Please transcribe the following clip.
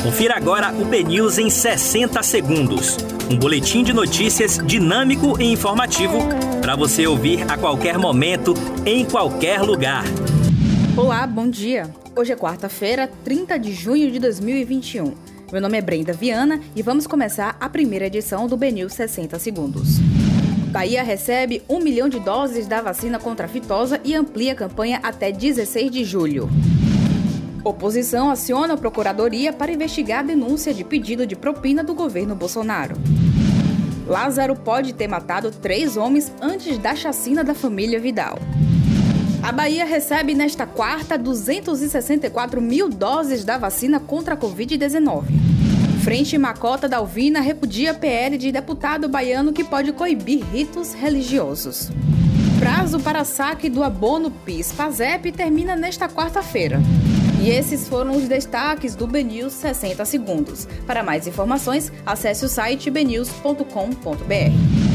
Confira agora o BNews em 60 segundos. Um boletim de notícias dinâmico e informativo para você ouvir a qualquer momento, em qualquer lugar. Olá, bom dia. Hoje é quarta-feira, 30 de junho de 2021. Meu nome é Brenda Viana e vamos começar a primeira edição do BNews 60 segundos. Bahia recebe 1 milhão de doses da vacina contra a fitosa e amplia a campanha até 16 de julho. Oposição aciona a Procuradoria para investigar a denúncia de pedido de propina do governo Bolsonaro. Lázaro pode ter matado 3 homens antes da chacina da família Vidal. A Bahia recebe nesta quarta 264 mil doses da vacina contra a Covid-19. Frente Macota da Alvina repudia PL de deputado baiano que pode coibir ritos religiosos. Prazo para saque do abono PIS/PASEP termina nesta quarta-feira. E esses foram os destaques do BNews 60 segundos. Para mais informações, acesse o site bnews.com.br.